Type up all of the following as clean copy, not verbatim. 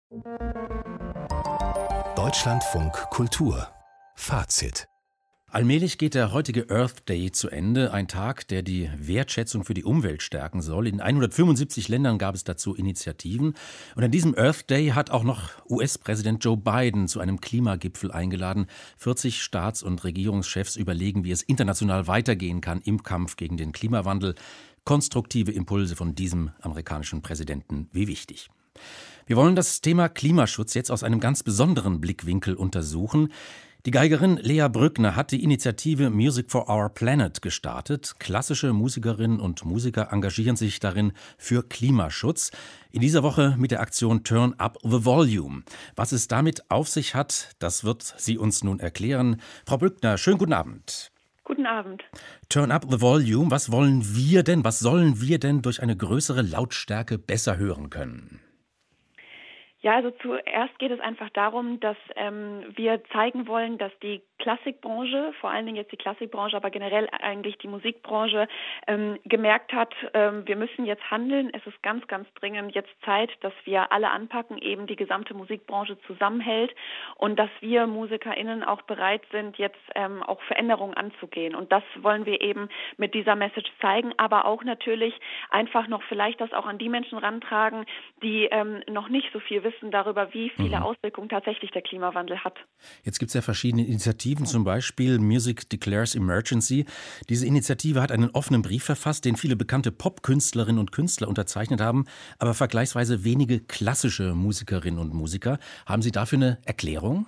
Deutschlandfunk Kultur Fazit. Allmählich geht der heutige Earth Day zu Ende, ein Tag, der die Wertschätzung für die Umwelt stärken soll. In 175 Ländern gab es dazu Initiativen. Und an diesem Earth Day hat auch noch US-Präsident Joe Biden zu einem Klimagipfel eingeladen. 40 Staats- und Regierungschefs überlegen, wie es international weitergehen kann im Kampf gegen den Klimawandel. Konstruktive Impulse von diesem amerikanischen Präsidenten, wie wichtig. Wir wollen das Thema Klimaschutz jetzt aus einem ganz besonderen Blickwinkel untersuchen. Die Geigerin Lea Brückner hat die Initiative Music for Our Planet gestartet. Klassische Musikerinnen und Musiker engagieren sich darin für Klimaschutz. In dieser Woche mit der Aktion Turn Up the Volume. Was es damit auf sich hat, das wird sie uns nun erklären. Frau Brückner, schönen guten Abend. Guten Abend. Turn Up the Volume, was sollen wir denn durch eine größere Lautstärke besser hören können? Ja, also zuerst geht es einfach darum, dass wir zeigen wollen, dass die Klassikbranche, vor allen Dingen jetzt die Klassikbranche, aber generell eigentlich die Musikbranche, gemerkt hat, wir müssen jetzt handeln. Es ist ganz, ganz dringend jetzt Zeit, dass wir alle anpacken, eben die gesamte Musikbranche zusammenhält und dass wir MusikerInnen auch bereit sind, jetzt auch Veränderungen anzugehen. Und das wollen wir eben mit dieser Message zeigen, aber auch natürlich einfach noch vielleicht das auch an die Menschen rantragen, die noch nicht so viel wissen darüber, wie viele Auswirkungen tatsächlich der Klimawandel hat. Jetzt gibt es ja verschiedene Initiativen, zum Beispiel Music Declares Emergency. Diese Initiative hat einen offenen Brief verfasst, den viele bekannte Popkünstlerinnen und Künstler unterzeichnet haben, aber vergleichsweise wenige klassische Musikerinnen und Musiker. Haben Sie dafür eine Erklärung?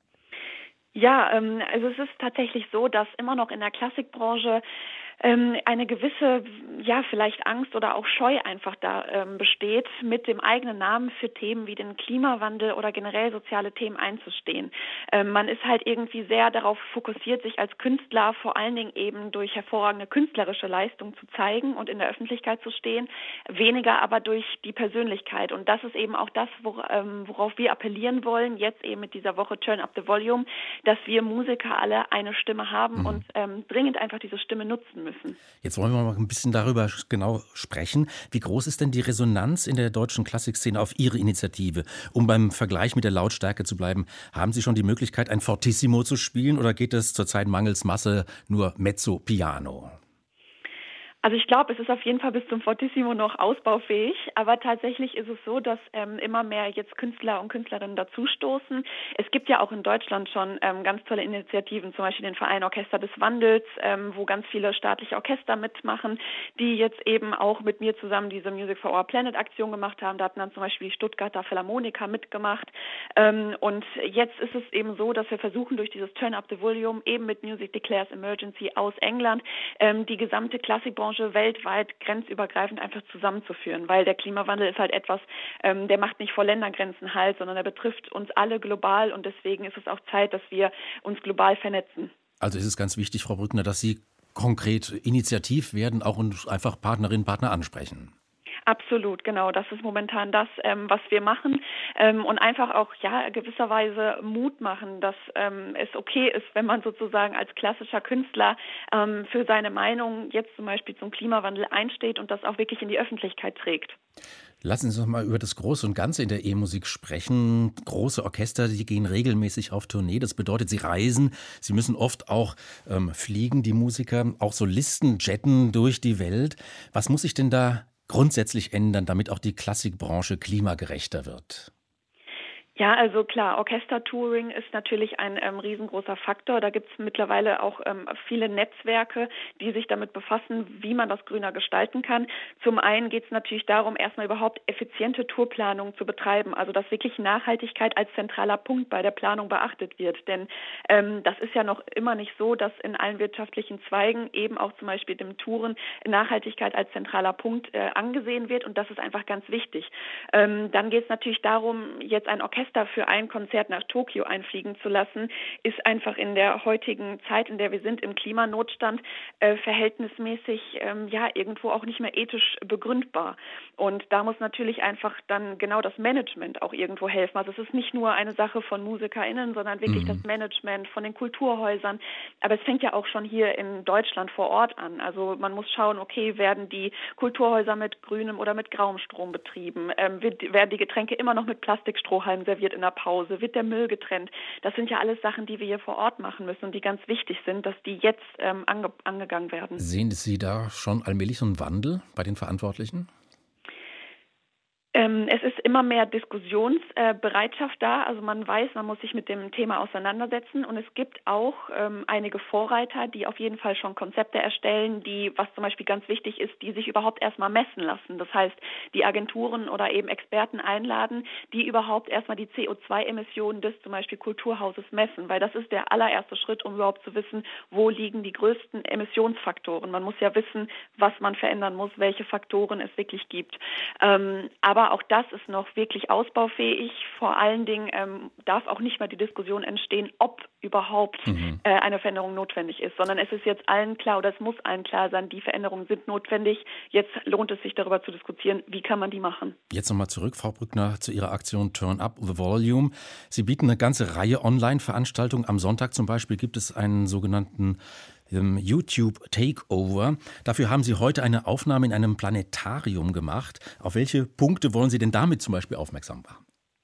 Ja, also es ist tatsächlich so, dass immer noch in der Klassikbranche eine gewisse, ja, vielleicht Angst oder auch Scheu einfach da besteht, mit dem eigenen Namen für Themen wie den Klimawandel oder generell soziale Themen einzustehen. Man ist halt irgendwie sehr darauf fokussiert, sich als Künstler vor allen Dingen eben durch hervorragende künstlerische Leistung zu zeigen und in der Öffentlichkeit zu stehen, weniger aber durch die Persönlichkeit. Und das ist eben auch das, worauf wir appellieren wollen, jetzt eben mit dieser Woche Turn Up the Volume, dass wir Musiker alle eine Stimme haben und dringend einfach diese Stimme nutzen müssen. Jetzt wollen wir mal ein bisschen darüber genau sprechen. Wie groß ist denn die Resonanz in der deutschen Klassikszene auf Ihre Initiative? Um beim Vergleich mit der Lautstärke zu bleiben, haben Sie schon die Möglichkeit, ein Fortissimo zu spielen oder geht es zurzeit mangels Masse nur Mezzo Piano? Also ich glaube, es ist auf jeden Fall bis zum Fortissimo noch ausbaufähig, aber tatsächlich ist es so, dass immer mehr jetzt Künstler und Künstlerinnen dazustoßen. Es gibt ja auch in Deutschland schon ganz tolle Initiativen, zum Beispiel den Verein Orchester des Wandels, wo ganz viele staatliche Orchester mitmachen, die jetzt eben auch mit mir zusammen diese Music for Our Planet Aktion gemacht haben. Da hatten dann zum Beispiel die Stuttgarter Philharmoniker mitgemacht. Und jetzt ist es eben so, dass wir versuchen, durch dieses Turn Up the Volume eben mit Music Declares Emergency aus England die gesamte Klassikbranche weltweit grenzübergreifend einfach zusammenzuführen, weil der Klimawandel ist halt etwas, der macht nicht vor Ländergrenzen Halt, sondern er betrifft uns alle global und deswegen ist es auch Zeit, dass wir uns global vernetzen. Also ist es ganz wichtig, Frau Brückner, dass Sie konkret initiativ werden, auch und einfach Partnerinnen und Partner ansprechen. Absolut, genau. Das ist momentan das, was wir machen und einfach auch gewisserweise Mut machen, dass es okay ist, wenn man sozusagen als klassischer Künstler für seine Meinung jetzt zum Beispiel zum Klimawandel einsteht und das auch wirklich in die Öffentlichkeit trägt. Lassen Sie uns mal über das Große und Ganze in der E-Musik sprechen. Große Orchester, die gehen regelmäßig auf Tournee. Das bedeutet, sie reisen. Sie müssen oft auch fliegen, die Musiker. Auch Solisten jetten durch die Welt. Was muss sich denn da grundsätzlich ändern, damit auch die Klassikbranche klimagerechter wird? Ja, also klar, Orchestertouring ist natürlich ein riesengroßer Faktor. Da gibt es mittlerweile auch viele Netzwerke, die sich damit befassen, wie man das grüner gestalten kann. Zum einen geht es natürlich darum, erstmal überhaupt effiziente Tourplanung zu betreiben, also dass wirklich Nachhaltigkeit als zentraler Punkt bei der Planung beachtet wird. Denn das ist ja noch immer nicht so, dass in allen wirtschaftlichen Zweigen eben auch zum Beispiel dem Touren Nachhaltigkeit als zentraler Punkt angesehen wird und das ist einfach ganz wichtig. Dann geht es natürlich darum, jetzt ein Orchester Orchester für ein Konzert nach Tokio einfliegen zu lassen, ist einfach in der heutigen Zeit, in der wir sind, im Klimanotstand, verhältnismäßig irgendwo auch nicht mehr ethisch begründbar. Und da muss natürlich einfach dann genau das Management auch irgendwo helfen. Also es ist nicht nur eine Sache von MusikerInnen, sondern wirklich das Management von den Kulturhäusern. Aber es fängt ja auch schon hier in Deutschland vor Ort an. Also man muss schauen, okay, werden die Kulturhäuser mit grünem oder mit grauem Strom betrieben? Werden die Getränke immer noch mit Plastikstrohhalmen serviert in der Pause? Wird der Müll getrennt? Das sind ja alles Sachen, die wir hier vor Ort machen müssen und die ganz wichtig sind, dass die jetzt angegangen werden. Sehen Sie da schon allmählich so einen Wandel bei den Verantwortlichen? Es ist immer mehr Diskussionsbereitschaft da. Also man weiß, man muss sich mit dem Thema auseinandersetzen. Und es gibt auch einige Vorreiter, die auf jeden Fall schon Konzepte erstellen, die, was zum Beispiel ganz wichtig ist, die sich überhaupt erstmal messen lassen. Das heißt, die Agenturen oder eben Experten einladen, die überhaupt erstmal die CO2-Emissionen des zum Beispiel Kulturhauses messen. Weil das ist der allererste Schritt, um überhaupt zu wissen, wo liegen die größten Emissionsfaktoren. Man muss ja wissen, was man verändern muss, welche Faktoren es wirklich gibt. Aber auch das ist noch wirklich ausbaufähig. Vor allen Dingen darf auch nicht mal die Diskussion entstehen, ob überhaupt eine Veränderung notwendig ist, sondern es ist jetzt allen klar oder es muss allen klar sein, die Veränderungen sind notwendig. Jetzt lohnt es sich darüber zu diskutieren, wie kann man die machen. Jetzt nochmal zurück, Frau Brückner, zu Ihrer Aktion Turn Up the Volume. Sie bieten eine ganze Reihe Online-Veranstaltungen. Am Sonntag zum Beispiel gibt es einen sogenannten YouTube Takeover. Dafür haben Sie heute eine Aufnahme in einem Planetarium gemacht. Auf welche Punkte wollen Sie denn damit zum Beispiel aufmerksam machen?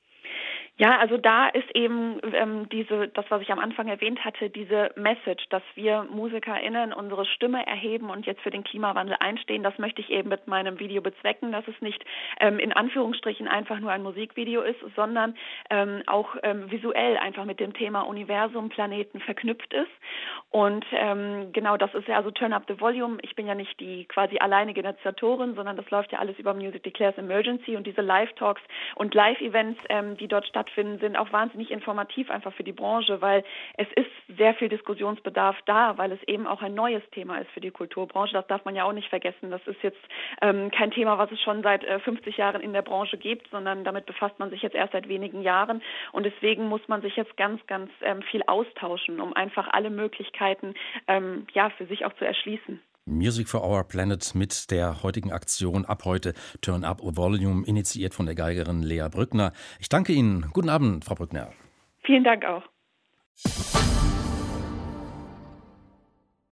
Ja, also da ist eben das, was ich am Anfang erwähnt hatte, diese Message, dass wir MusikerInnen unsere Stimme erheben und jetzt für den Klimawandel einstehen. Das möchte ich eben mit meinem Video bezwecken, dass es nicht in Anführungsstrichen einfach nur ein Musikvideo ist, sondern auch visuell einfach mit dem Thema Universum, Planeten verknüpft ist. Und genau, das ist ja also Turn Up the Volume. Ich bin ja nicht die quasi alleinige Initiatorin, sondern das läuft ja alles über Music Declares Emergency und diese Live-Talks und Live-Events, die dort stattfinden, sind auch wahnsinnig informativ einfach für die Branche, weil es ist sehr viel Diskussionsbedarf da, weil es eben auch ein neues Thema ist für die Kulturbranche. Das darf man ja auch nicht vergessen. Das ist jetzt kein Thema, was es schon seit 50 Jahren in der Branche gibt, sondern damit befasst man sich jetzt erst seit wenigen Jahren. Und deswegen muss man sich jetzt ganz, ganz viel austauschen, um einfach alle Möglichkeiten für sich auch zu erschließen. Music for Our Planet mit der heutigen Aktion ab heute Turn Up a Volume, initiiert von der Geigerin Lea Brückner. Ich danke Ihnen. Guten Abend, Frau Brückner. Vielen Dank auch.